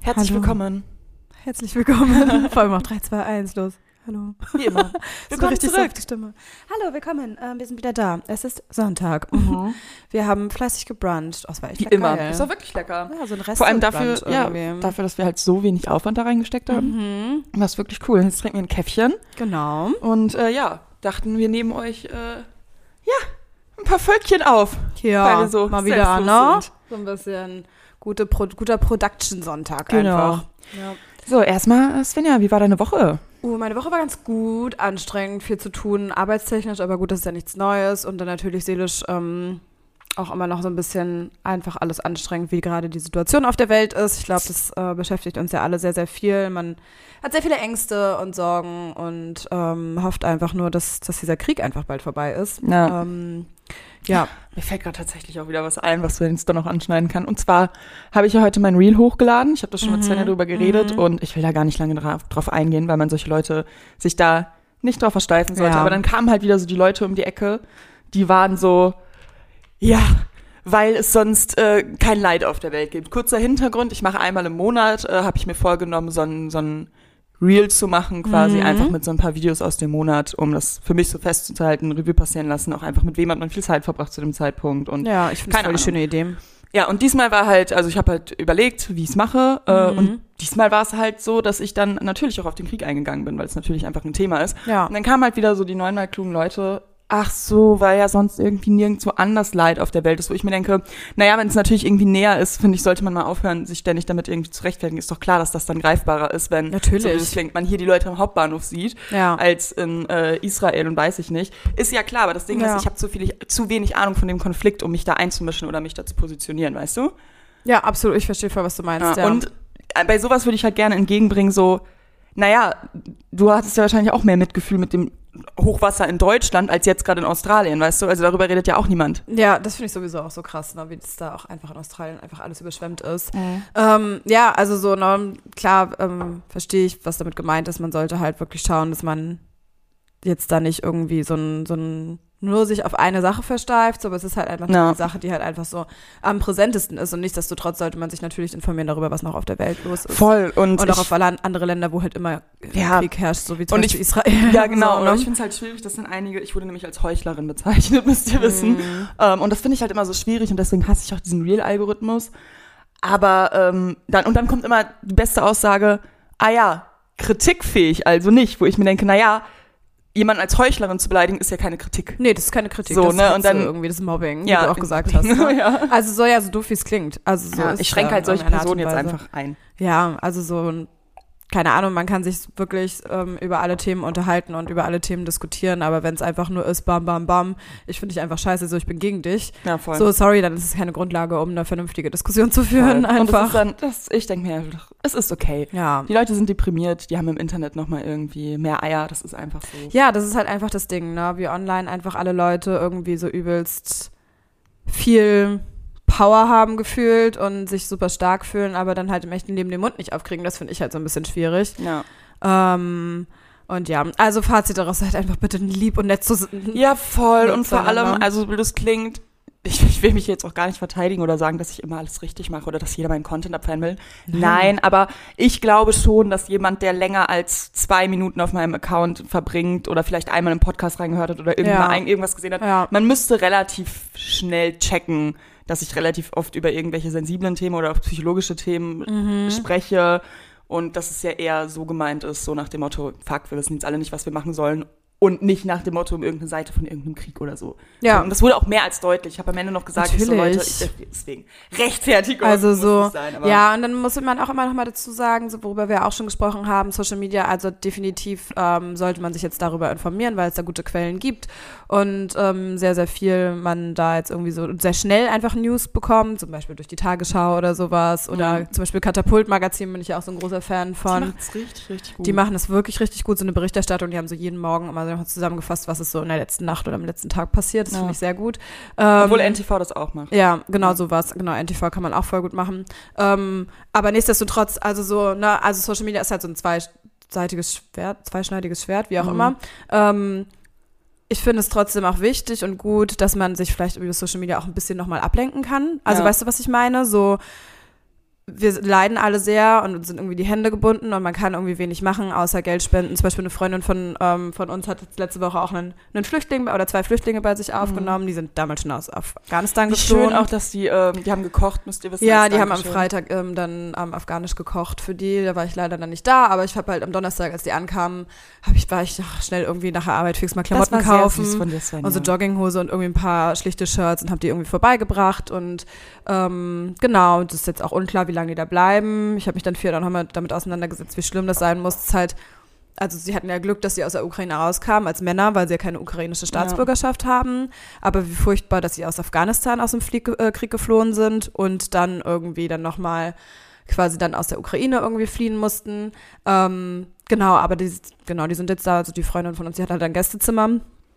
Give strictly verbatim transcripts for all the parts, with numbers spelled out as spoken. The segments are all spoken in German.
Herzlich Hallo. willkommen. Herzlich willkommen. Vor allem auch drei, zwei, eins, los. Hallo. Wie immer. Willkommen richtig zurück. Die Stimme. Hallo, willkommen. Ähm, wir sind wieder da. Es ist Sonntag. Mhm. Wir haben fleißig gebruncht. Oh, das war echt Wie lecker. immer. Geil. Das war wirklich lecker. Ja, so ein Rest Vor allem dafür, Brunch ja, irgendwie. dafür, dass wir halt so wenig Aufwand da reingesteckt haben. Mhm. War es wirklich cool. Jetzt trinken wir ein Käffchen. Genau. Und äh, ja, dachten wir nehmen euch äh, ja, ein paar Völkchen auf. Ja, weil wir so mal wieder, selbstlos ne? sind. So ein bisschen gute Pro- guter Production-Sonntag Genau. einfach. Ja. So, erstmal, Svenja, wie war deine Woche? Uh, meine Woche war ganz gut, anstrengend, viel zu tun, arbeitstechnisch, aber gut, das ist ja nichts Neues und dann natürlich seelisch ähm, auch immer noch so ein bisschen einfach alles anstrengend, wie gerade die Situation auf der Welt ist. Ich glaube, das äh, beschäftigt uns ja alle sehr, sehr viel. Man hat sehr viele Ängste und Sorgen und ähm, hofft einfach nur, dass, dass dieser Krieg einfach bald vorbei ist. Ja. Ähm, ja. Mir fällt gerade tatsächlich auch wieder was ein, was wir jetzt doch noch anschneiden kann. Und zwar habe ich ja heute mein Reel hochgeladen. Ich habe da schon mit Svenja drüber geredet Mhm. und ich will da gar nicht lange drauf, drauf eingehen, weil man solche Leute sich da nicht drauf versteifen sollte. Ja. Aber dann kamen halt wieder so die Leute um die Ecke, die waren so, ja, weil es sonst äh, kein Leid auf der Welt gibt. Kurzer Hintergrund, ich mache einmal im Monat, äh, habe ich mir vorgenommen, so ein, so ein Reel zu machen, quasi Mhm. einfach mit so ein paar Videos aus dem Monat, um das für mich so festzuhalten, Revue passieren lassen, auch einfach mit wem hat man viel Zeit verbracht zu dem Zeitpunkt und Ja, ich finde das keine voll die Ahnung. schöne Idee. ja, und diesmal war halt, also ich habe halt überlegt, wie ich es mache. Äh, Mhm. und diesmal war es halt so, dass ich dann natürlich auch auf den Krieg eingegangen bin, weil es natürlich einfach ein Thema ist. Ja. Und dann kamen halt wieder so die neunmal klugen Leute, ach so, weil ja sonst irgendwie nirgendwo anders Leid auf der Welt ist, wo ich mir denke, naja, wenn es natürlich irgendwie näher ist, finde ich, sollte man mal aufhören, sich ständig damit irgendwie zu rechtfertigen. Ist doch klar, dass das dann greifbarer ist, wenn Natürlich. so wie es klingt, man hier die Leute am Hauptbahnhof sieht, Ja. als in äh, Israel und weiß ich nicht. Ist ja klar, aber das Ding Ja. ist, ich habe zu viel, zu wenig Ahnung von dem Konflikt, um mich da einzumischen oder mich da zu positionieren, weißt du? Ja, absolut. Ich verstehe voll, was du meinst. Ja, Ja. und äh, bei sowas würde ich halt gerne entgegenbringen, so, naja, du hattest ja wahrscheinlich auch mehr Mitgefühl mit dem Hochwasser in Deutschland als jetzt gerade in Australien, weißt du? Also darüber redet ja auch niemand. Ja, das finde ich sowieso auch so krass, ne? Wie das da auch einfach in Australien einfach alles überschwemmt ist. Mhm. Ähm, ja, also so, ne, klar, ähm, verstehe ich, was damit gemeint ist. Man sollte halt wirklich schauen, dass man jetzt da nicht irgendwie so ein, so ein nur sich auf eine Sache versteift, so, aber es ist halt einfach Ja. eine Sache, die halt einfach so am präsentesten ist und nichtsdestotrotz sollte man sich natürlich informieren darüber, was noch auf der Welt los ist. Voll. Und, Und auch ich, auf alle andere Länder, wo halt immer Ja. Krieg herrscht, so wie zum Und Beispiel ich- Israel. ja, genau. So, Aber ne? ich finde es halt schwierig, das sind einige, ich wurde nämlich als Heuchlerin bezeichnet, müsst ihr wissen. Mhm. Ähm, und das finde ich halt immer so schwierig und deswegen hasse ich auch diesen Real-Algorithmus. Aber ähm, dann, und dann kommt immer die beste Aussage, ah ja, kritikfähig, also nicht, wo ich mir denke, naja, jemanden als Heuchlerin zu beleidigen, ist ja keine Kritik. Nee, das ist keine Kritik, So, das ist ne, Hetze und dann- irgendwie das Mobbing, Ja. wie du auch gesagt hast. Ne? Ja. Also so, ja, so doof wie es klingt. Also so Ja, ist ich schränke ja halt solche in irgendeiner Personen jetzt Art und Weise. einfach ein. Ja, also so, keine Ahnung, man kann sich wirklich ähm, über alle Themen unterhalten und über alle Themen diskutieren, aber wenn es einfach nur ist, bam, bam, bam, ich finde dich einfach scheiße, so, ich bin gegen dich. Ja, voll. So, sorry, dann ist es keine Grundlage, um eine vernünftige Diskussion zu führen, Voll. Und das einfach. ist dann, das, ich denke mir, es ist okay. Ja. Die Leute sind deprimiert, die haben im Internet nochmal irgendwie mehr Eier, das ist einfach so. Ja, das ist halt einfach das Ding, ne? Wie online einfach alle Leute irgendwie so übelst viel Power haben gefühlt und sich super stark fühlen, aber dann halt im echten Leben den Mund nicht aufkriegen. Das finde ich halt so ein bisschen schwierig. Ja. Ähm, und ja, also Fazit daraus, seid einfach bitte lieb und nett zu Ja, voll. Nett Und vor allem, zueinander. also wie das klingt, ich, ich will mich jetzt auch gar nicht verteidigen oder sagen, dass ich immer alles richtig mache oder dass jeder meinen Content abfeiern will. Nein, aber ich glaube schon, dass jemand, der länger als zwei Minuten auf meinem Account verbringt oder vielleicht einmal im Podcast reingehört hat oder irgendwann Ja. ein- irgendwas gesehen hat, Ja. man müsste relativ schnell checken, dass ich relativ oft über irgendwelche sensiblen Themen oder auch psychologische Themen Mhm. spreche und dass es ja eher so gemeint ist, so nach dem Motto, fuck, wir wissen jetzt alle nicht, was wir machen sollen und nicht nach dem Motto um irgendeine Seite von irgendeinem Krieg oder so. Ja. So, und das wurde auch mehr als deutlich. Ich habe am Ende noch gesagt, ich so, Leute, ich, Natürlich. deswegen, Rechtfertigung Also muss so, nicht sein, aber ja, und dann muss man auch immer noch mal dazu sagen, so, worüber wir auch schon gesprochen haben, Social Media, also definitiv ähm, sollte man sich jetzt darüber informieren, weil es da gute Quellen gibt und ähm, sehr, sehr viel man da jetzt irgendwie so sehr schnell einfach News bekommt, zum Beispiel durch die Tagesschau oder sowas oder Mhm. zum Beispiel Katapult-Magazin bin ich ja auch so ein großer Fan die von. macht's richtig, richtig gut. Die machen das wirklich richtig gut, so eine Berichterstattung, die haben so jeden Morgen immer so zusammengefasst, was ist so in der letzten Nacht oder am letzten Tag passiert, das Ja. finde ich sehr gut. Ähm, Obwohl N T V das auch macht. Ja, genau Ja. sowas. Genau, N T V kann man auch voll gut machen. Ähm, aber nichtsdestotrotz, also so, ne, also Social Media ist halt so ein zweiseitiges Schwert, zweischneidiges Schwert, wie auch Mhm. immer. Ähm, ich finde es trotzdem auch wichtig und gut, dass man sich vielleicht über Social Media auch ein bisschen nochmal ablenken kann. Also Ja. weißt du, was ich meine? So, wir leiden alle sehr und uns sind irgendwie die Hände gebunden und man kann irgendwie wenig machen, außer Geld spenden. Zum Beispiel eine Freundin von, ähm, von uns hat jetzt letzte Woche auch einen, einen Flüchtling oder zwei Flüchtlinge bei sich aufgenommen. Mhm. Die sind damals schon aus Afghanistan geflohen. Schön auch, dass die, ähm, die haben gekocht, müsst ihr wissen. Ja, die haben am Freitag ähm, dann ähm, afghanisch gekocht für die. Da war ich leider dann nicht da, aber ich habe halt am Donnerstag, als die ankamen, hab ich, war ich ach, schnell irgendwie nach der Arbeit fix mal Klamotten das war kaufen. Sehr süß von dir, Sven, und so ja. Jogginghose und irgendwie ein paar schlichte Shirts und habe die irgendwie vorbeigebracht und ähm, genau, das ist jetzt auch unklar, wie lange die da bleiben. Ich habe mich dann viel auch nochmal damit auseinandergesetzt, wie schlimm das sein muss. Es ist halt, also sie hatten ja Glück, dass sie aus der Ukraine rauskamen als Männer, weil sie ja keine ukrainische Staatsbürgerschaft ja. haben. Aber wie furchtbar, dass sie aus Afghanistan aus dem Flieg- äh, Krieg geflohen sind und dann irgendwie dann nochmal quasi dann aus der Ukraine irgendwie fliehen mussten. Ähm, genau, aber die, genau, die sind jetzt da, also die Freundin von uns, die hat halt ein Gästezimmer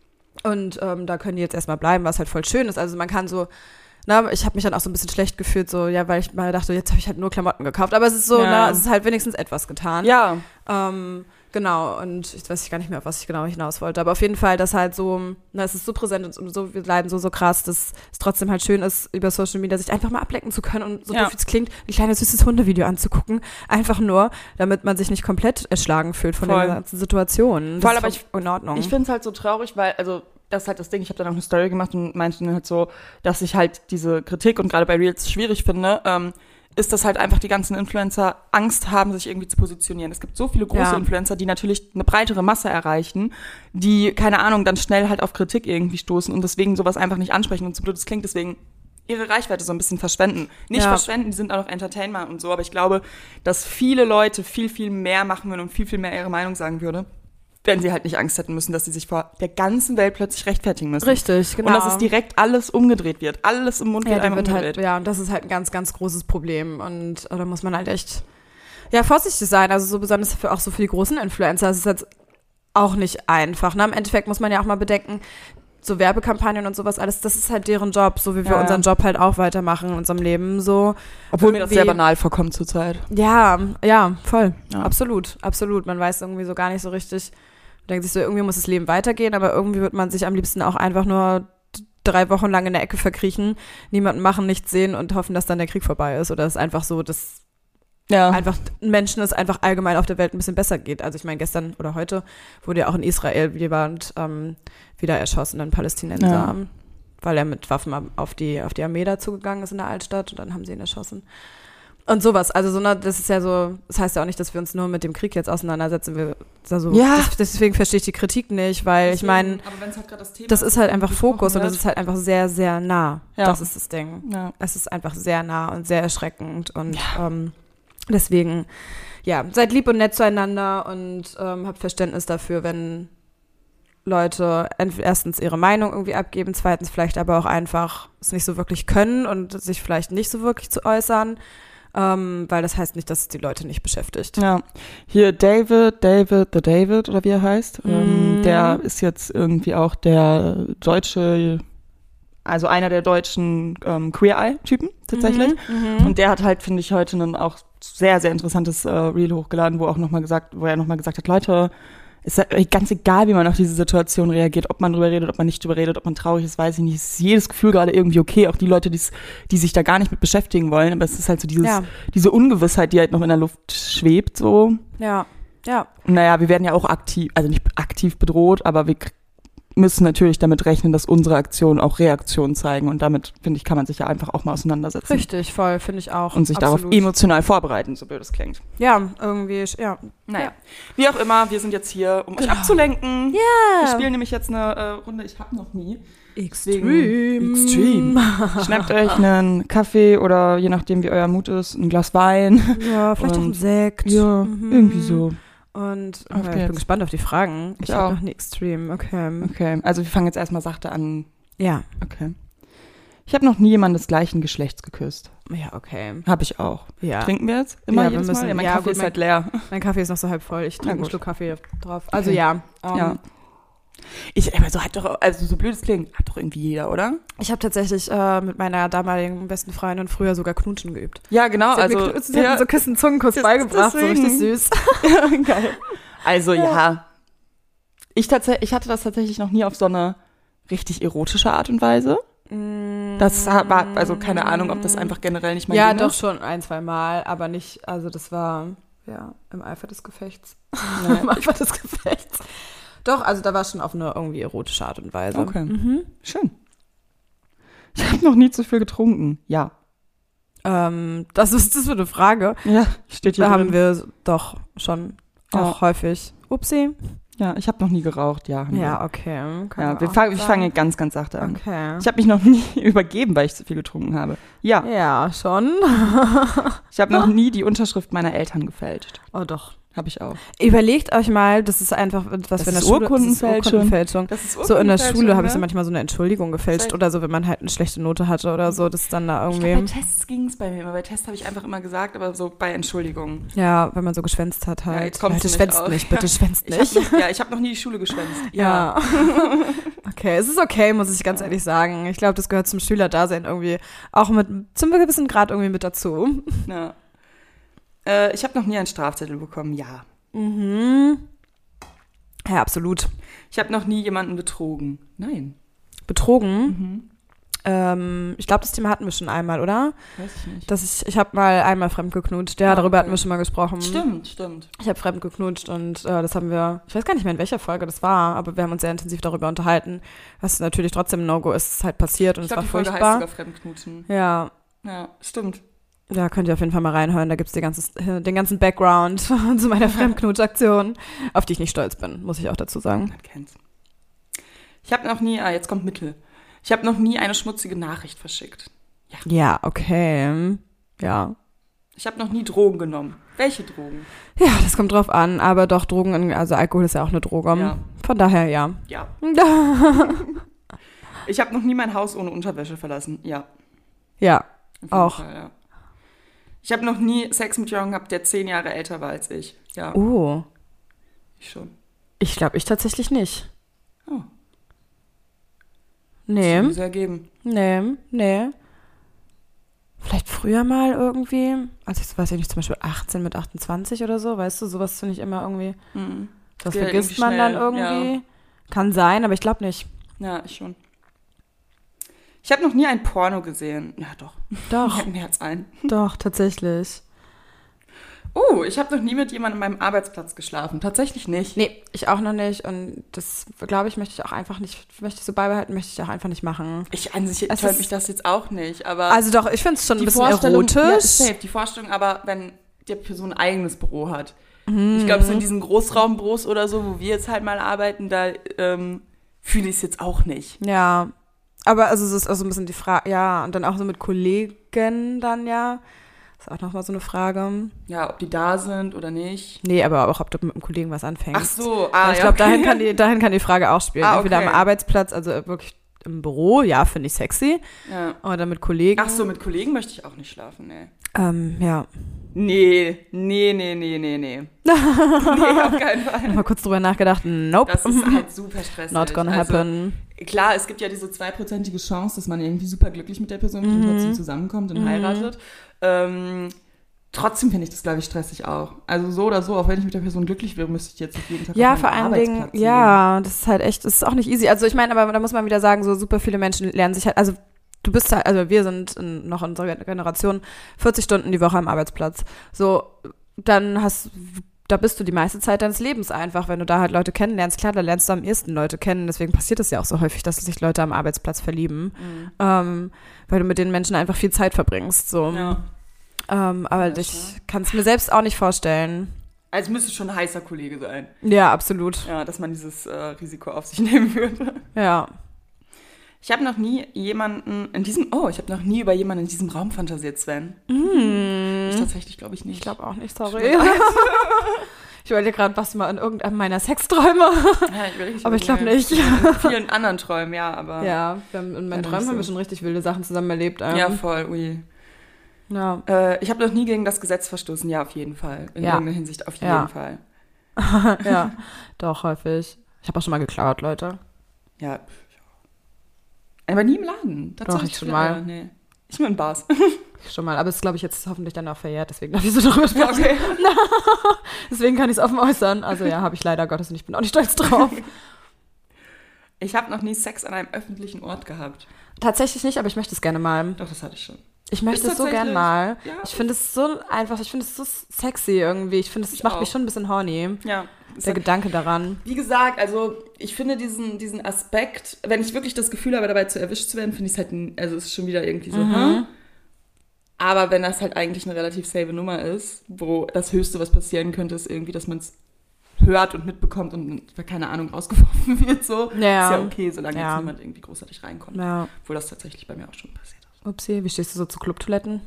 und ähm, da können die jetzt erstmal bleiben, was halt voll schön ist. Also man kann so Na, ich habe mich dann auch so ein bisschen schlecht gefühlt, so, ja, weil ich mal dachte, jetzt habe ich halt nur Klamotten gekauft. Aber es ist so, ja. na, es ist halt wenigstens etwas getan. Ja. Ähm, genau, und ich weiß gar nicht mehr, auf was ich genau hinaus wollte. Aber auf jeden Fall, dass halt so, na, es ist so präsent und so, wir leiden so, so krass, dass es trotzdem halt schön ist, über Social Media sich einfach mal ablenken zu können und so ja. doof wie es klingt, ein kleines süßes Hundevideo anzugucken. Einfach nur, damit man sich nicht komplett erschlagen fühlt von Voll. der ganzen Situation. Das Voll, ist aber ich, in Ordnung. Ich finde es halt so traurig, weil, also, das ist halt das Ding, ich habe dann auch eine Story gemacht und meinte dann halt so, dass ich halt diese Kritik und gerade bei Reels schwierig finde, ähm, ist, dass halt einfach die ganzen Influencer Angst haben, sich irgendwie zu positionieren. Es gibt so viele große Ja. Influencer, die natürlich eine breitere Masse erreichen, die, keine Ahnung, dann schnell halt auf Kritik irgendwie stoßen und deswegen sowas einfach nicht ansprechen und so blöd es klingt, deswegen ihre Reichweite so ein bisschen verschwenden. Nicht Ja. verschwenden, die sind auch noch Entertainer und so, aber ich glaube, dass viele Leute viel, viel mehr machen würden und viel, viel mehr ihre Meinung sagen würde, wenn sie halt nicht Angst hätten müssen, dass sie sich vor der ganzen Welt plötzlich rechtfertigen müssen. Richtig, genau. Und dass es direkt alles umgedreht wird. Alles im Mund Ja, wird die einmal wird umgedreht. halt, ja, und das ist halt ein ganz, ganz großes Problem. Und äh, da muss man halt echt, ja, vorsichtig sein. Also so besonders für auch so für die großen Influencer. Es ist jetzt auch nicht einfach. Ne? Im Endeffekt muss man ja auch mal bedenken, so Werbekampagnen und sowas alles, das ist halt deren Job, so wie wir Ja, ja. unseren Job halt auch weitermachen in unserem Leben. So. Obwohl mir das Irgendwie- sehr banal vorkommt zurzeit. Ja, ja, voll. Ja. Absolut, absolut. Man weiß irgendwie so gar nicht so richtig, man denkt sich so, irgendwie muss das Leben weitergehen, aber irgendwie wird man sich am liebsten auch einfach nur d- drei Wochen lang in der Ecke verkriechen, niemanden machen, nichts sehen und hoffen, dass dann der Krieg vorbei ist. Oder es ist einfach so, dass Ja. einfach Menschen es einfach allgemein auf der Welt ein bisschen besser geht. Also ich meine, gestern oder heute wurde ja auch in Israel jemand ähm, wieder erschossen, ein Palästinenser, Ja. weil er mit Waffen am- auf die, auf die Armee dazugegangen ist in der Altstadt und dann haben sie ihn erschossen. Und sowas, also so, ne, das ist ja so, das heißt ja auch nicht, dass wir uns nur mit dem Krieg jetzt auseinandersetzen. Wir, also, Ja. das, deswegen verstehe ich die Kritik nicht, weil ich meine, aber wenn's halt gerade das Thema das ist halt einfach besprochen Fokus und wird. das ist halt einfach sehr, sehr nah. Ja. Das ist das Ding. Ja. Es ist einfach sehr nah und sehr erschreckend und ähm, deswegen, ja, seid lieb und nett zueinander und ähm, habt Verständnis dafür, wenn Leute ent- erstens ihre Meinung irgendwie abgeben, zweitens vielleicht aber auch einfach es nicht so wirklich können und sich vielleicht nicht so wirklich zu äußern, ähm, weil das heißt nicht, dass es die Leute nicht beschäftigt. Ja, hier David, David, the David oder wie er heißt, ähm, Mhm. der ist jetzt irgendwie auch der deutsche, also einer der deutschen ähm, Queer-Eye-Typen tatsächlich. Mhm. Und der hat halt, finde ich, heute ein auch sehr, sehr interessantes äh, Reel hochgeladen, wo auch noch mal gesagt, wo er nochmal gesagt hat, Leute, ist ja ganz egal, wie man auf diese Situation reagiert, ob man drüber redet, ob man nicht drüber redet, ob man traurig ist, weiß ich nicht. Es ist jedes Gefühl gerade irgendwie okay, auch die Leute, die's, die sich da gar nicht mit beschäftigen wollen, aber es ist halt so dieses, Ja. diese Ungewissheit, die halt noch in der Luft schwebt, so. Ja, ja. Und naja, wir werden ja auch aktiv, also nicht aktiv bedroht, aber wir k- müssen natürlich damit rechnen, dass unsere Aktionen auch Reaktionen zeigen und damit, finde ich, kann man sich ja einfach auch mal auseinandersetzen. Richtig, voll, finde ich auch. Und sich Absolut. darauf emotional vorbereiten, so blöd es klingt. Ja, irgendwie, ja. Naja, Ja. wie auch immer, wir sind jetzt hier, um euch Genau. abzulenken. Ja. Wir spielen nämlich jetzt eine äh, Runde, ich habe noch nie. Extreme. Extreme. Schnappt euch einen Kaffee oder je nachdem, wie euer Mut ist, ein Glas Wein. Ja, vielleicht auch ein Und- Sekt. Ja, Mhm. irgendwie so. Und Auf okay, ich bin geht's. gespannt auf die Fragen. Ich Ich habe auch. noch nie Extreme. Okay. Okay, also wir fangen jetzt erstmal sachte an. Ja. Okay. Ich habe noch nie jemanden des gleichen Geschlechts geküsst. Ja, okay. Habe ich auch. Ja. Trinken wir jetzt? Immer Ja, wir jedes müssen- Mal? Ja, mein ja, Kaffee gut, ist mein- halt leer. Mein Kaffee ist noch so halb voll. Ich Na trinke einen gut. Schluck Kaffee drauf. Also Okay. ja. Ähm, Ja. Ich, aber so hat doch, also so blöd es klingt, hat doch irgendwie jeder, oder? Ich habe tatsächlich äh, mit meiner damaligen besten Freundin früher sogar Knutschen geübt. Ja, genau. Sie hat Also, mir Knu- sie hat mir so Küssen, Zungenkuss Das- beigebracht, so deswegen. richtig süß. ja, geil. Also ja. Ich, tats- ich hatte das tatsächlich noch nie auf so eine richtig erotische Art und Weise. Das war, also keine Ahnung, ob das einfach generell nicht mein Ja, Ding doch ist. schon ein, zwei Mal, aber nicht, also das war, ja, im Eifer des Gefechts. Nee. Im Eifer des Gefechts. Doch, also da war schon auf eine irgendwie erotische Art und Weise. Okay, Mhm. schön. Ich habe noch nie zu viel getrunken. Ja. Ähm, das ist das für eine Frage. Ja, steht hier Da drin. haben wir doch schon auch Ja. häufig. Upsi. Ja, ich habe noch nie geraucht, ja. haben Ja, wir. okay. Können Ja, wir wir auch fangen, ich sagen. fange ganz, ganz sachte an. Okay. Ich habe mich noch nie übergeben, weil ich zu viel getrunken habe. Ja, Ja, schon. ich habe noch nie die Unterschrift meiner Eltern gefälscht. Oh doch. Habe ich auch. Überlegt euch mal, das ist einfach, was Das wir in der ist Schule... Urkundenfälschung. Das ist Urkundenfälschung. Das ist So in der Urkundenfälschung, Schule habe ich so ne? manchmal so eine Entschuldigung gefälscht Seit- oder so, wenn man halt eine schlechte Note hatte oder so, das ist dann da Ich irgendwie... glaube, bei Tests ging es bei mir immer. Bei Tests habe ich einfach immer gesagt, aber so bei Entschuldigung. Ja, wenn man so geschwänzt hat Ja, halt. jetzt kommst Leute, du nicht schwänzt auf. nicht, bitte schwänzt Ich nicht. hab noch, ja, ich habe noch nie die Schule geschwänzt. Ja. Okay, es ist okay, muss ich ganz ehrlich sagen. Ich glaube, das gehört zum Schülerdasein irgendwie auch mit zum gewissen Grad irgendwie mit dazu. Ja. Äh, ich habe noch nie einen Strafzettel bekommen. Ja. Mhm. Ja, absolut. Ich habe noch nie jemanden betrogen. Nein. Betrogen. Mhm. Ähm, ich glaube, das Thema hatten wir schon einmal, oder? Weiß ich nicht. Dass ich, ich habe mal einmal fremdgeknutscht. Ja, Ah, darüber okay. hatten wir schon mal gesprochen. Stimmt, stimmt. Ich habe fremdgeknutscht und äh, das haben wir, ich weiß gar nicht mehr, in welcher Folge das war, aber wir haben uns sehr intensiv darüber unterhalten, was natürlich trotzdem ein No-Go ist, es ist halt passiert und Ich es war glaube, die Folge heißt furchtbar. sogar Fremdknutschen. Ja, Ja, stimmt. da könnt ihr auf jeden Fall mal reinhören, da gibt es den ganzen Background zu meiner Fremdknutschaktion, auf die ich nicht stolz bin, muss ich auch dazu sagen. Man kennt's. Ich habe noch nie, ah, jetzt kommt Mittel. Ich habe noch nie eine schmutzige Nachricht verschickt. Ja, okay, ja. Ich habe noch nie Drogen genommen. Welche Drogen? Ja, das kommt drauf an, aber doch Drogen, also Alkohol ist ja auch eine Droge. Ja. Von daher ja. Ja. Ich habe noch nie mein Haus ohne Unterwäsche verlassen. Ja. Ja, auf jeden auch. Fall, ja. Ich habe noch nie Sex mit jemandem gehabt, der zehn Jahre älter war als ich. Ja, Oh, ich schon. ich glaube, ich tatsächlich nicht. Oh. Nee. Das ergeben. Nee, nee. Vielleicht früher mal irgendwie, als ich, so weiß ich nicht, zum Beispiel achtzehn mit achtundzwanzig oder so, weißt du, sowas finde ich immer irgendwie, Mhm. das Geht halt vergisst irgendwie man dann schnell, irgendwie. ja. Kann sein, aber ich glaube nicht. Ja, ich schon. Ich habe noch nie ein Porno gesehen. Ja, doch. Doch, Mir hat's ein. doch, tatsächlich. Oh, ich habe noch nie mit jemandem an meinem Arbeitsplatz geschlafen. Tatsächlich nicht. Nee, ich auch noch nicht und das, glaube ich, möchte ich auch einfach nicht, möchte ich so beibehalten, möchte ich auch einfach nicht machen. Ich an sich Es tönt ist- mich das jetzt auch nicht, aber Also doch, ich finde es schon ein die bisschen Vorstellung, ja, erotisch. safe, die Vorstellung, aber wenn die Person ein eigenes Büro hat. Mhm. Ich glaube, so in diesen Großraumbüros oder so, wo wir jetzt halt mal arbeiten, da ähm, fühle ich es jetzt auch nicht. Ja, aber also es ist auch so ein bisschen die Frage, ja, und dann auch so mit Kollegen dann ja, ist auch nochmal so eine Frage. Ja, ob die da sind oder nicht. Nee, aber auch, ob du mit einem Kollegen was anfängst. Ach so, ah, Weil ich ja, glaube, okay. dahin, kann die, dahin kann die Frage auch spielen. Ah, Entweder okay. am Arbeitsplatz, also wirklich im Büro, ja, finde ich sexy. Ja. Oder mit Kollegen. Ach so, mit Kollegen möchte ich auch nicht schlafen, nee. Ähm, ja. Nee, nee, nee, nee, nee, nee. Nee, auf keinen Fall. Mal kurz drüber nachgedacht. Nope. Das ist halt super stressig. Not gonna Also, happen. klar, es gibt ja diese zweiprozentige Chance, dass man irgendwie super glücklich mit der Person ist und trotzdem zusammenkommt und heiratet. Ähm, trotzdem finde ich das, glaube ich, stressig auch. Also so oder so, auch wenn ich mit der Person glücklich wäre, müsste ich jetzt nicht jeden Tag Ja, auf vor meinen allen Dingen, Arbeitsplatz ja, das ist halt echt, das ist auch nicht easy. Also ich meine, aber da muss man wieder sagen, so super viele Menschen lernen sich halt, also du bist halt, also wir sind in, noch in unserer Generation vierzig Stunden die Woche am Arbeitsplatz. So, dann hast, da bist du die meiste Zeit deines Lebens einfach, wenn du da halt Leute kennenlernst. Klar, da lernst du am ehesten Leute kennen, deswegen passiert es ja auch so häufig, dass sich Leute am Arbeitsplatz verlieben, Mhm. ähm, weil du mit den Menschen einfach viel Zeit verbringst. So. Ja. Ähm, aber Ja, ich kann es mir selbst auch nicht vorstellen. Also müsste schon ein heißer Kollege sein, Ja, absolut. ja, dass man dieses äh, Risiko auf sich nehmen würde. Ja. Ich habe noch nie jemanden in diesem, oh, ich habe noch nie über jemanden in diesem Raum fantasiert, Sven. Mm. Ich tatsächlich, glaube ich, nicht. Ich glaube auch nicht, sorry. Ich wollte gerade was mal in irgendeinem meiner Sexträume. Ja, ich will Aber ich glaub nicht. In vielen anderen Träumen, ja, aber. Ja, wir haben, in meinen Ja, Träumen nicht haben wir so. schon richtig wilde Sachen zusammen erlebt. Ähm. Ja, voll, ui. Ja. Äh, ich habe noch nie gegen das Gesetz verstoßen, ja, auf jeden Fall. In Ja. irgendeiner Hinsicht, auf jeden Ja. Fall. Ja, doch, häufig. Ich habe auch schon mal geklaut, Leute. Ja. Aber nie im Laden. Das Doch, sag ich schon dir, mal. aber Nee. Ich nur in Bars. Schon mal. Aber es ist, glaube ich, jetzt hoffentlich dann auch verjährt, deswegen darf ich so darüber sprechen. Okay. Deswegen kann ich es offen äußern. Also ja, habe ich leider Gottes und ich bin auch nicht stolz drauf. Ich habe noch nie Sex an einem öffentlichen Ort gehabt. Tatsächlich nicht, aber ich möchte es gerne mal. Doch, das hatte ich schon. Ich möchte Ist es so gern mal. Ja. Ich finde es so einfach, ich finde es so sexy irgendwie. Ich finde, es Ich macht auch. mich schon ein bisschen horny. Ja. Der Gedanke daran. Wie gesagt, also ich finde diesen, diesen Aspekt, wenn ich wirklich das Gefühl habe, dabei zu erwischt zu werden, finde ich es halt, ein- also es ist schon wieder irgendwie so, Mhm. hm? Aber wenn das halt eigentlich eine relativ safe Nummer ist, wo das Höchste, was passieren könnte, ist irgendwie, dass man es hört und mitbekommt und, keine Ahnung, rausgeworfen wird, so, Ja. ist ja okay, solange Ja. jetzt niemand irgendwie großartig reinkommt. Ja. Obwohl das tatsächlich bei mir auch schon passiert ist. Upsi, wie stehst du so zu Clubtoiletten?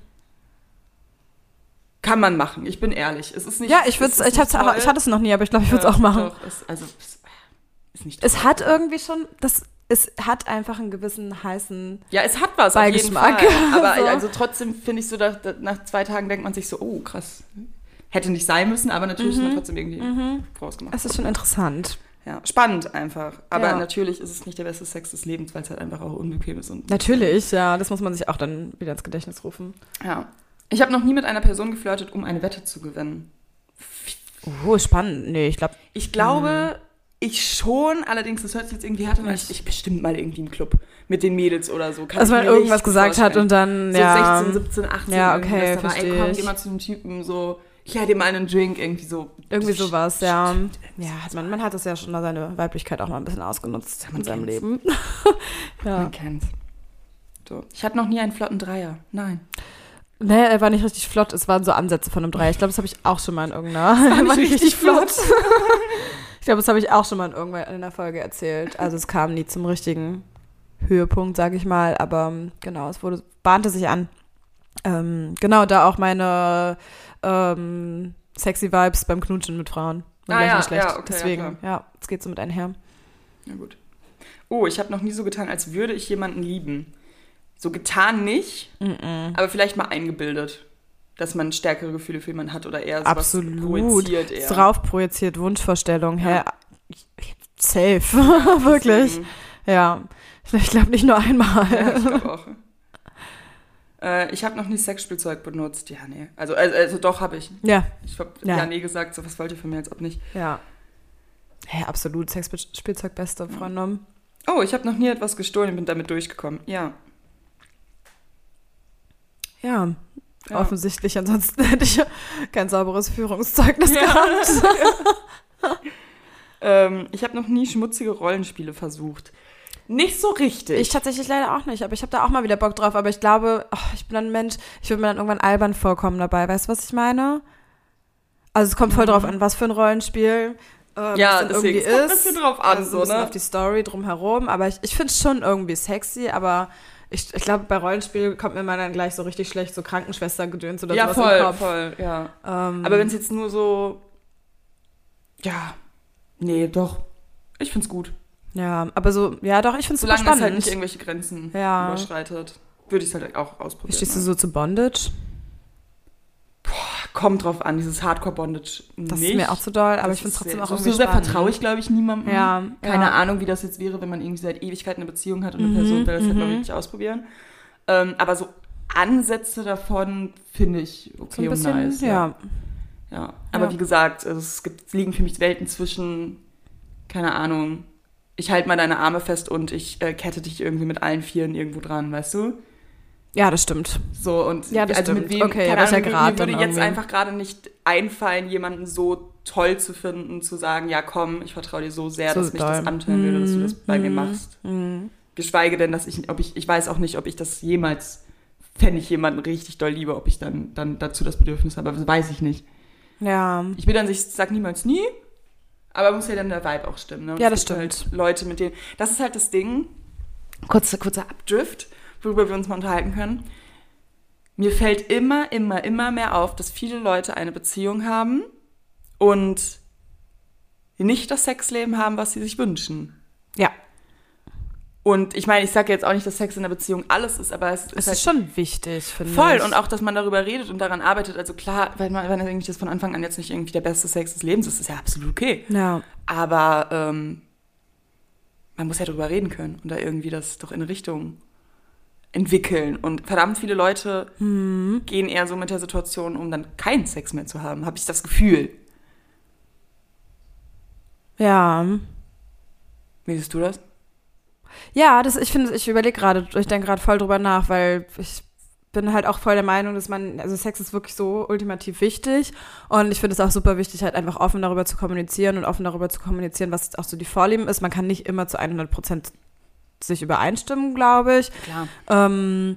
Kann man machen, ich bin ehrlich. Es ist nicht, Ja, ich es würde ist ich, nicht hab's, toll. ich hatte es noch nie, aber ich glaube, ich würde es Ja, auch machen. Doch, es, also, es ist nicht Es toll. hat irgendwie schon, das, es hat einfach einen gewissen heißen. Ja, es hat was auf jeden Fall. Beigeschmack. Aber So. also trotzdem finde ich so, dass, dass nach zwei Tagen denkt man sich so, oh krass, hätte nicht sein müssen, aber natürlich ist man trotzdem irgendwie rausgemacht. Es ist schon interessant. Ja, spannend einfach. Aber Ja. natürlich ist es nicht der beste Sex des Lebens, weil es halt einfach auch unbequem ist. Und Natürlich, ja, das muss man sich auch dann wieder ins Gedächtnis rufen. Ja. Ich habe noch nie mit einer Person geflirtet, um eine Wette zu gewinnen. Oh, spannend. Nee, ich glaube, Ich glaube, ich schon, allerdings, das hört sich jetzt irgendwie härter an, ich, ich bestimmt mal irgendwie im Club mit den Mädels oder so. Kann dass ich man mir irgendwas richtig gesagt hat vorstellen. und dann, So ja. sechzehn, siebzehn, achtzehn. Ja, irgendwie, okay, dass da war, ey, verstehe komm, ich. geh mal zu einem Typen, so, ich leih dir mal einen Drink, irgendwie so. Irgendwie Das sowas, stimmt, ja. stimmt. Ja, hat man, man hat das ja schon mal seine Weiblichkeit auch mal ein bisschen ausgenutzt man in seinem kennt's. Leben. Ja. Man kennt's. So. Ich hatte noch nie einen flotten Dreier. Nein. Nee, er war nicht richtig flott, es waren so Ansätze von einem Dreier. Ich glaube, das habe ich auch schon mal in irgendeiner. war War nicht richtig flott. Ich glaube, das habe ich auch schon mal in irgendeiner in einer Folge erzählt. Also es kam nie zum richtigen Höhepunkt, sage ich mal. Aber ähm, genau, es wurde, bahnte sich an. Ähm, genau, da auch meine ähm, sexy Vibes beim Knutschen mit Frauen. War Ah, gleich ja, nicht schlecht. ja, okay, Deswegen, ja, ja, es geht so mit einher. Na gut. Oh, ich habe noch nie so getan, als würde ich jemanden lieben. So getan nicht, Mm-mm. aber vielleicht mal eingebildet, dass man stärkere Gefühle für jemanden hat oder eher sowas Absolut. projiziert eher. Drauf projiziert, Wunschvorstellung. Ja. Hä? Safe. Wirklich. Deswegen, Ja. Ich glaube nicht nur einmal. ja, ich glaube auch. Äh, ich habe noch nie Sexspielzeug benutzt. Ja, nee. Also, also, also doch, habe ich. Ja, Ich habe Ja. ja. nee gesagt, so was wollt ihr von mir, als ob nicht. ja. Hä, absolut. Sexspielzeug, beste Freundin. Oh, ich habe noch nie etwas gestohlen und bin damit durchgekommen. Ja. Ja, Ja. offensichtlich. Ansonsten hätte ich kein sauberes Führungszeugnis Ja. gehabt. Ähm, ich habe noch nie schmutzige Rollenspiele versucht. Nicht so richtig. Ich tatsächlich leider auch nicht, aber ich habe da auch mal wieder Bock drauf. Aber ich glaube, oh, ich bin ein Mensch, ich würde mir dann irgendwann albern vorkommen dabei. Weißt du, was ich meine? Also es kommt voll drauf an, was für ein Rollenspiel ähm, Ja, es dann deswegen, irgendwie es kommt ein ist. bisschen drauf an, also so, ein bisschen ne? auf die Story drumherum. Aber ich, ich finde es schon irgendwie sexy, aber ich, ich glaube, bei Rollenspiel kommt mir mal dann gleich so richtig schlecht so Krankenschwestergedöns oder ja, sowas im voll, Kopf. voll, ja. Ähm, Aber wenn es jetzt nur so, ja, nee, doch. Ich find's gut. Ja, aber so, ja doch, ich finde es super Solange es spannend. halt nicht irgendwelche Grenzen Ja. überschreitet, würde ich es halt auch Wie ausprobieren. stehst du ne? so zu Bondage? Kommt drauf an, dieses Hardcore-Bondage Das nicht. ist mir auch zu doll, aber Das ich finde es ist trotzdem sehr- auch so, irgendwie so sehr spannend. vertraue ich, glaube ich, niemandem. Ja, Keine ja. Ahnung, wie das jetzt wäre, wenn man irgendwie seit Ewigkeiten eine Beziehung hat und eine Mhm, Person will das halt mal mhm. wirklich ausprobieren. Ähm, aber so Ansätze davon finde ich So okay ein bisschen, und nice. ja. ja. Aber Ja. wie gesagt, also es, gibt, es liegen für mich Welten zwischen, keine Ahnung, ich halte mal deine Arme fest und ich äh, kette dich irgendwie mit allen Vieren irgendwo dran, weißt du? Ja, das stimmt. So, und Ja, das also mit stimmt. wem, Okay, keine welcher Ahnung, Grad mir würde dann jetzt irgendwie? einfach gerade nicht einfallen, jemanden so toll zu finden, zu sagen, ja komm, ich vertraue dir so sehr, So dass mich doll. das antören würde, dass du das bei mir Mhm. machst. Mhm. Geschweige denn, dass ich, ob ich, ich weiß auch nicht, ob ich das jemals, fände ich jemanden richtig doll liebe, ob ich dann, dann dazu das Bedürfnis habe, aber das weiß ich nicht. Ja. Ich bin dann, ich sag niemals nie, aber muss ja dann der Vibe auch stimmen. Ne? Und Ja, es das gibt stimmt. Halt Leute, mit denen, das ist halt das Ding, kurzer, kurzer Abdrift, worüber wir uns mal unterhalten können. Mir fällt immer, immer, immer mehr auf, dass viele Leute eine Beziehung haben und nicht das Sexleben haben, was sie sich wünschen. Ja. Und ich meine, ich sage jetzt auch nicht, dass Sex in der Beziehung alles ist, aber es, Es ist ist halt schon wichtig, finde voll. ich. Und auch, dass man darüber redet und daran arbeitet. Also klar, wenn man, wenn irgendwie das von Anfang an jetzt nicht irgendwie der beste Sex des Lebens ist, ist ja absolut okay. Ja. Aber ähm, man muss ja darüber reden können und da irgendwie das doch in eine Richtung entwickeln. Und verdammt viele Leute Hm. gehen eher so mit der Situation, um dann keinen Sex mehr zu haben, habe ich das Gefühl. Ja. Wie siehst du das? Ja, das, ich finde, ich überlege gerade, ich denke gerade voll drüber nach, weil ich bin halt auch voll der Meinung, dass man, also Sex ist wirklich so ultimativ wichtig und ich finde es auch super wichtig, halt einfach offen darüber zu kommunizieren und offen darüber zu kommunizieren, was auch so die Vorlieben ist. Man kann nicht immer zu hundert Prozent sich übereinstimmen, glaube ich. Klar. Ähm,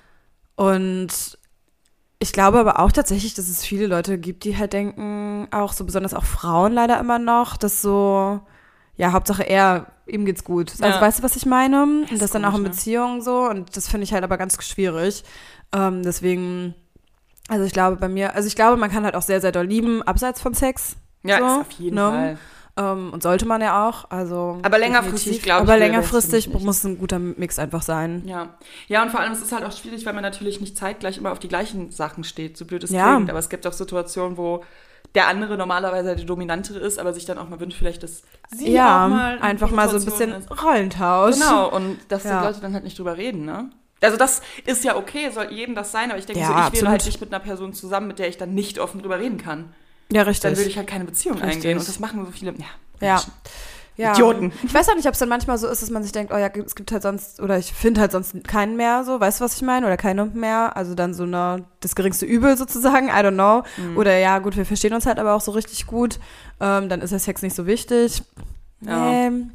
und ich glaube aber auch tatsächlich, dass es viele Leute gibt, die halt denken, auch so besonders auch Frauen leider immer noch, dass so, ja, Hauptsache er, ihm geht's gut. Also Ja. weißt du, was ich meine? Das Und ist das dann auch in komisch, ne? Beziehungen so und das finde ich halt aber ganz schwierig. Ähm, deswegen, also ich glaube bei mir, also ich glaube, man kann halt auch sehr, sehr doll lieben, abseits von Sex. Ja, so, ist auf jeden ne? Fall. Ähm, und sollte man ja auch. Also Aber längerfristig, definitiv. glaube ich, Aber wäre das längerfristig für mich nicht. muss ein guter Mix einfach sein. Ja. Ja, und vor allem, es ist halt auch schwierig, weil man natürlich nicht zeitgleich immer auf die gleichen Sachen steht, so blöd es Ja. klingt. Aber es gibt auch Situationen, wo der andere normalerweise der Dominantere ist, aber sich dann auch mal wünscht, vielleicht, dass sie Ja, auch mal in einfach mal so ein Situation bisschen ist. Rollentausch. Genau, und dass Ja. die Leute dann halt nicht drüber reden, ne? Also das ist ja okay, soll jedem das sein, aber ich denke Ja, so, ich wäre absolut. halt nicht mit einer Person zusammen, mit der ich dann nicht offen drüber reden kann. Ja, richtig. Dann würde ich halt keine Beziehung Richtig. eingehen und das machen so viele, ja, Ja. Menschen. Ja. Idioten. Ich weiß auch nicht, ob es dann manchmal so ist, dass man sich denkt, oh ja, es gibt halt sonst, oder ich finde halt sonst keinen mehr, so, weißt du, was ich meine? Oder keine mehr. Also dann so eine, das geringste Übel sozusagen, I don't know. Mhm. Oder ja, gut, wir verstehen uns halt aber auch so richtig gut. Ähm, dann ist der Sex nicht so wichtig. Ja. Ähm,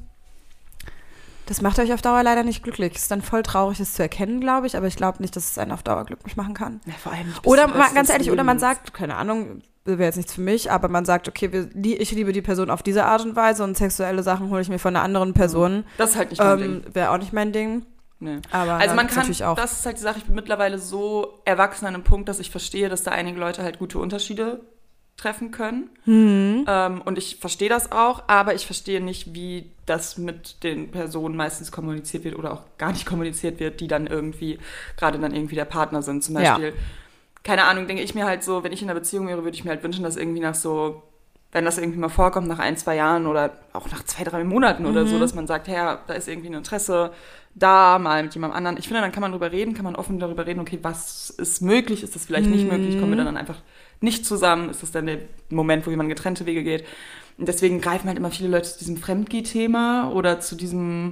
das macht euch auf Dauer leider nicht glücklich. Ist dann voll traurig, das zu erkennen, glaube ich, aber ich glaube nicht, dass es einen auf Dauer glücklich machen kann. Ja, vor allem nicht bis Oder zum mal, Rest ganz des ehrlich, oder man Lebens. sagt, keine Ahnung, wäre jetzt nichts für mich, aber man sagt, okay, wir, die, ich liebe die Person auf diese Art und Weise und sexuelle Sachen hole ich mir von einer anderen Person. Das ist halt nicht mein Ähm, Ding. Wäre auch nicht mein Ding. Nee. Aber Also da man gibt's kann, natürlich auch. das ist halt die Sache, ich bin mittlerweile so erwachsen an einem Punkt, dass ich verstehe, dass da einige Leute halt gute Unterschiede treffen können. Mhm. Ähm, und ich verstehe das auch, aber ich verstehe nicht, wie das mit den Personen meistens kommuniziert wird oder auch gar nicht kommuniziert wird, die dann irgendwie, gerade dann irgendwie der Partner sind. Zum Ja. Beispiel, keine Ahnung, denke ich mir halt so, wenn ich in einer Beziehung wäre, würde ich mir halt wünschen, dass irgendwie nach so, wenn das irgendwie mal vorkommt, nach ein, zwei Jahren oder auch nach zwei, drei Monaten oder so, dass man sagt, ja, da ist irgendwie ein Interesse da, mal mit jemandem anderen. Ich finde, dann kann man drüber reden, kann man offen darüber reden, okay, was ist möglich, ist das vielleicht nicht möglich, kommen wir dann einfach nicht zusammen, ist das dann der Moment, wo jemand getrennte Wege geht. Und deswegen greifen halt immer viele Leute zu diesem Fremdgeh-Thema oder zu diesem,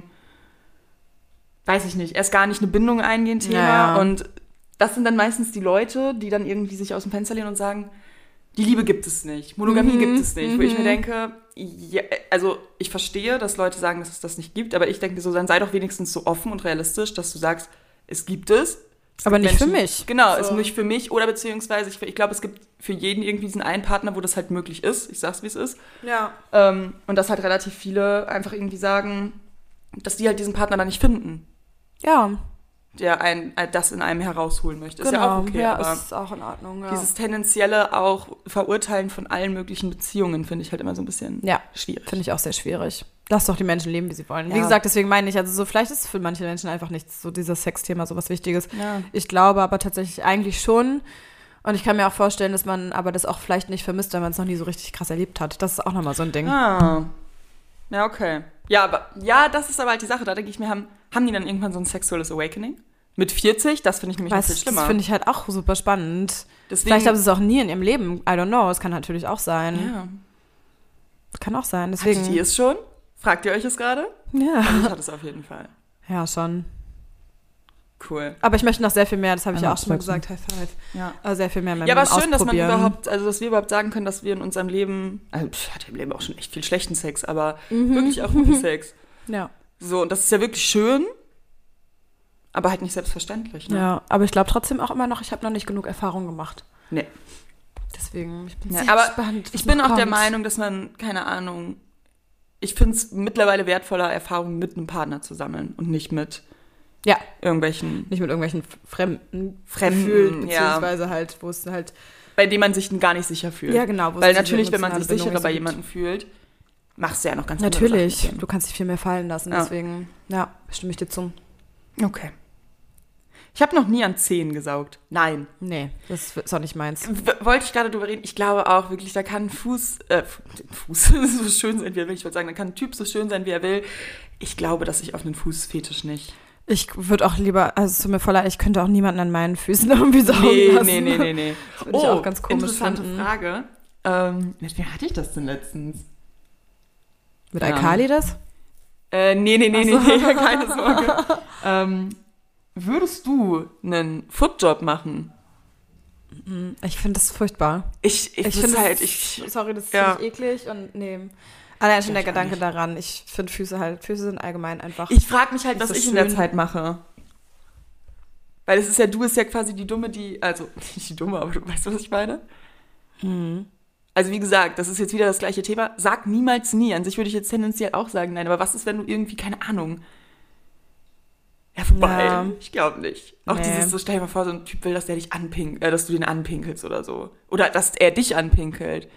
weiß ich nicht, erst gar nicht eine Bindung eingehen Thema. Ja. Und das sind dann meistens die Leute, die dann irgendwie sich aus dem Fenster lehnen und sagen, die Liebe gibt es nicht, Monogamie Mhm, gibt es nicht. Wo ich mir mhm. denke, ja, also ich verstehe, dass Leute sagen, dass es das nicht gibt, aber ich denke so, dann sei doch wenigstens so offen und realistisch, dass du sagst, es gibt es. Es Aber gibt nicht für mich. Genau, So. ist nicht für mich oder beziehungsweise, ich, ich glaube, es gibt für jeden irgendwie diesen einen Partner, wo das halt möglich ist. Ich sag's, wie es ist. Ja. Ähm, und dass halt relativ viele einfach irgendwie sagen, dass die halt diesen Partner dann nicht finden, Ja, der ein, das in einem herausholen möchte. Ist genau. ja auch okay, ja, aber ist auch in Ordnung. Ja. dieses tendenzielle auch Verurteilen von allen möglichen Beziehungen finde ich halt immer so ein bisschen Ja. schwierig. Finde ich auch sehr schwierig. Lass doch die Menschen leben, wie sie wollen. Wie Ja. gesagt, deswegen meine ich, also so vielleicht ist es für manche Menschen einfach nicht so dieses Sexthema so was Wichtiges. Ja. Ich glaube aber tatsächlich eigentlich schon. Und ich kann mir auch vorstellen, dass man aber das auch vielleicht nicht vermisst, wenn man es noch nie so richtig krass erlebt hat. Das ist auch nochmal so ein Ding. Ah. Ja, okay. Ja, aber ja, das ist aber halt die Sache. Da denke ich mir, haben, haben die dann irgendwann so ein sexuelles Awakening? Mit vierzig? Das finde ich nämlich noch viel Weißt, schlimmer. das finde ich halt auch super spannend. Deswegen, Vielleicht haben sie es auch nie in ihrem Leben. I don't know. Es kann natürlich auch sein. ja. Kann auch sein. Deswegen. Hattet ihr es schon? Fragt ihr euch es gerade? Ja. Ich hatte es auf jeden Fall. Ja, schon. Cool. Aber ich möchte noch sehr viel mehr, das habe ich ja Ja, auch schon mal absolut. gesagt, High Five. Ja. Also sehr viel mehr in meinem Ja, aber Leben schön, dass man ausprobieren. überhaupt, also dass wir überhaupt sagen können, dass wir in unserem Leben, also ich hatte im Leben auch schon echt viel schlechten Sex, aber Mhm. wirklich auch guten Sex. Ja. So, und das ist ja wirklich schön, aber halt nicht selbstverständlich, ne? Ja, aber ich glaube trotzdem auch immer noch, ich habe noch nicht genug Erfahrung gemacht. Nee. Deswegen, ich bin Ja, sehr aber gespannt. was ich bin noch auch der kommt. Meinung, dass man, keine Ahnung, ich finde es mittlerweile wertvoller, Erfahrungen mit einem Partner zu sammeln und nicht mit Ja, irgendwelchen, nicht mit irgendwelchen fremden, Fremden, Gefühlen, ja. beziehungsweise halt, wo es halt, bei denen man sich gar nicht sicher fühlt. ja genau. wo es Weil diese natürlich, wenn man sich emotionale sicherer Bindung bei nicht so jemandem fühlt, machst du ja noch ganz gibt. andere Natürlich, Sachen mit du kannst dich viel mehr fallen lassen, Ja. deswegen, ja, stimme ich dir zu. dem. Okay. Ich habe noch nie an Zehen gesaugt. Nein. Nee, das ist auch nicht meins. W wollte ich gerade drüber reden. Ich glaube auch wirklich, da kann ein Fuß, äh, Fuß so schön sein, wie er will. Ich wollte sagen, da kann ein Typ so schön sein, wie er will. Ich glaube, dass ich auf einen Fußfetisch nicht. Ich würde auch lieber, also es tut mir voll leid, ich könnte auch niemanden an meinen Füßen irgendwie saugen Nee, lassen. nee, nee, nee, nee. Das würde ich auch ganz komisch interessante finden. Frage. Ähm, mit wem hatte ich das denn letztens? Mit Ja. Alkali das? Äh, nee, nee, nee, nee, Ach so. nee, keine Sorge. ähm, würdest du einen Footjob machen? Ich finde das furchtbar. Ich, ich, Ich das finde halt, es- ich, Sorry, das ja. finde ich eklig und nee. Allein schon Ja, der ich auch Gedanke nicht. daran. Ich finde Füße halt, Füße sind allgemein einfach. ich frage mich halt, Nicht was so ich in der schön. Zeit mache. Weil es ist ja, du bist ja quasi die Dumme, die, also nicht die Dumme, aber du weißt, was ich meine? Mhm. Also wie gesagt, das ist jetzt wieder das gleiche Thema. Sag niemals nie. An sich würde ich jetzt tendenziell auch sagen, nein. Aber was ist, wenn du irgendwie, keine Ahnung. Ja, vorbei. Ja. Ich glaube nicht. Auch Nee. dieses, so stell dir mal vor, so ein Typ will, dass der dich anpinkelt, äh, dass du den anpinkelst oder so. Oder dass er dich anpinkelt.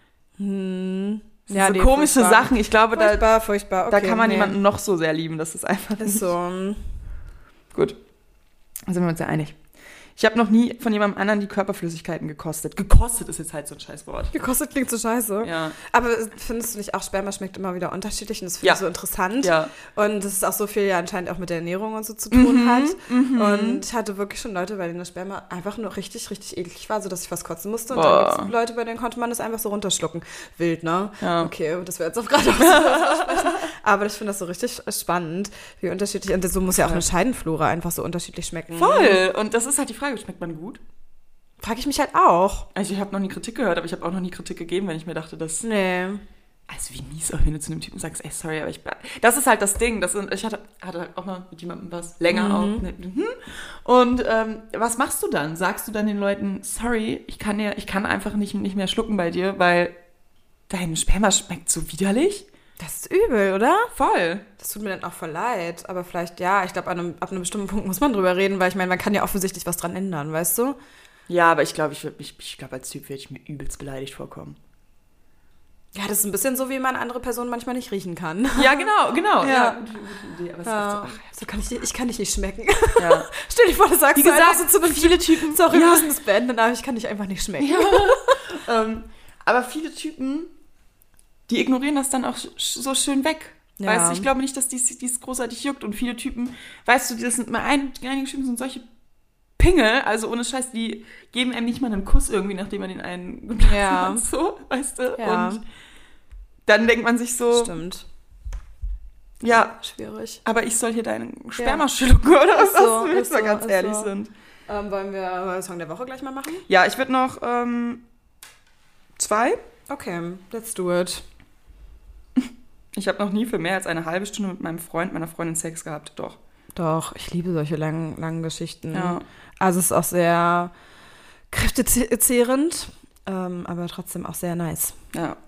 Hm. Das Ja, sind so nee, komische furchtbar. Sachen. Ich glaube, da, Furchtbar, furchtbar. da Okay, kann man nee. jemanden noch so sehr lieben. Das ist einfach Ist so. gut. Da sind wir uns ja einig. Ich habe noch nie von jemandem anderen die Körperflüssigkeiten gekostet. Gekostet ist jetzt halt so ein Scheißwort. Gekostet klingt so scheiße. Ja. Aber findest du nicht auch, Sperma schmeckt immer wieder unterschiedlich und das finde Ja. ich so interessant. Ja. Und das ist auch so viel ja anscheinend auch mit der Ernährung und so zu tun Mhm, hat. mhm. Und ich hatte wirklich schon Leute, bei denen das Sperma einfach nur richtig, richtig eklig war, sodass ich fast kotzen musste. Und Boah. dann gibt es Leute, bei denen konnte man das einfach so runterschlucken. Wild, ne? Ja. Okay, das wäre jetzt auch gerade auch so aussprechen. Aber ich finde das so richtig spannend, wie unterschiedlich. Und so muss ja auch eine Scheidenflora einfach so unterschiedlich schmecken. Voll. Und das ist halt die Frage, schmeckt man gut? Frage ich mich halt auch. Also ich habe noch nie Kritik gehört, aber ich habe auch noch nie Kritik gegeben, wenn ich mir dachte, dass... Nee. Also wie mies auch, wenn du zu einem Typen sagst, ey, sorry, aber ich... Das ist halt das Ding. Das sind, ich hatte, hatte halt auch mal mit jemandem was länger Mhm. auch. Mit, mhm. Und ähm, was machst du dann? Sagst du dann den Leuten, sorry, ich kann, dir, ich kann einfach nicht, nicht mehr schlucken bei dir, weil dein Sperma schmeckt so widerlich? Das ist übel, oder? Voll. Das tut mir dann auch voll leid. Aber vielleicht, ja, ich glaube, ab einem, ab einem bestimmten Punkt muss man drüber reden, weil ich meine, man kann ja offensichtlich was dran ändern, weißt du? Ja, aber ich glaube, ich, würd mich- ich glaube, als Typ würde ich mir übelst beleidigt vorkommen. Ja, das ist ein bisschen so, wie man andere Personen manchmal nicht riechen kann. Ja, genau, genau. Ja. Ja, gute, gute Idee. Aber es Ja. ist So kann ich, ich kann dich nicht schmecken. so, ach, ja. Stell dir vor, du sagst Wie so gesagt, einfach so zu einem viele Typen... Sorry, wir ja, müssen das beenden, aber ich kann dich einfach nicht schmecken. ähm, aber viele Typen, die ignorieren das dann auch sch- so schön weg. Ja. Weißt du, ich glaube nicht, dass dies, dies großartig juckt. Und viele Typen, weißt du, das sind mal ein, einige Typen sind solche Pingel, also ohne Scheiß, die geben einem nicht mal einen Kuss irgendwie, nachdem man den einen geblasen Ja. hat, so, weißt du? Ja. Und dann denkt man sich so, Stimmt. ja, Schwierig. aber ich soll hier deinen Sperma schlucken, oder Ist was? so, Wenn wir ist mal so, ganz ist ehrlich so. sind. Ähm, wollen wir Song der Woche gleich mal machen? Ja, ich würde noch ähm, zwei. Okay, let's do it. Ich habe noch nie für mehr als eine halbe Stunde mit meinem Freund, meiner Freundin Sex gehabt. Doch. Doch, ich liebe solche langen, langen Geschichten. Ja. Also es ist auch sehr kräftezehrend, ähm, aber trotzdem auch sehr nice. Ja.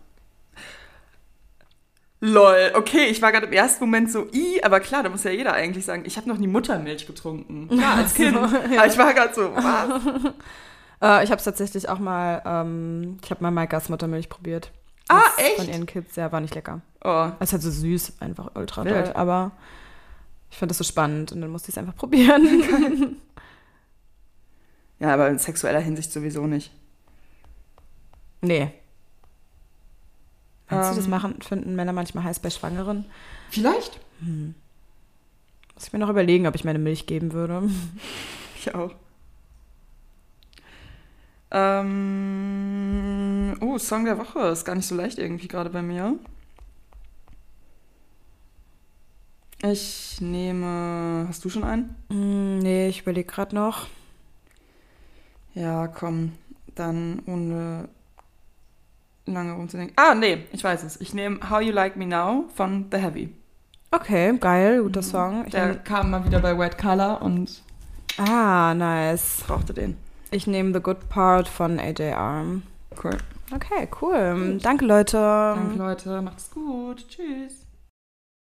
Lol, okay, ich war gerade im ersten Moment so, i, aber klar, da muss ja jeder eigentlich sagen, ich habe noch nie Muttermilch getrunken. Klar, als Kind. So, ja. Aber ich war gerade so, was? Äh, ich habe es tatsächlich auch mal, ähm, ich habe mal Maikas Muttermilch probiert. Ah, Das echt? Von ihren Kids, ja, war nicht lecker. Oh, Es ist halt so süß, einfach ultra Wild. doll, aber ich fand das so spannend und dann musste ich es einfach probieren. ja, aber in sexueller Hinsicht sowieso nicht. Nee. Meinst du, das Ähm. machen, finden Männer manchmal heiß bei Schwangeren? Vielleicht? Muss ich mir noch überlegen, ob ich meine Milch geben würde. Ich auch. Ähm, oh, Song der Woche. Ist gar nicht so leicht irgendwie gerade bei mir. Ich nehme... Hast du schon einen? Mm, nee, ich überlege gerade noch. Ja, komm. Dann ohne lange rumzudenken. Ah, nee, ich weiß es. Ich nehme How You Like Me Now von The Heavy. Okay, geil, guter Song. Ich Der nehm, kam mal wieder bei White Collar und ah, nice. brauchte den. Ich nehme The Good Part von A J R. Cool. Okay, cool. Danke, Leute. Danke, Leute. Macht's gut. Tschüss.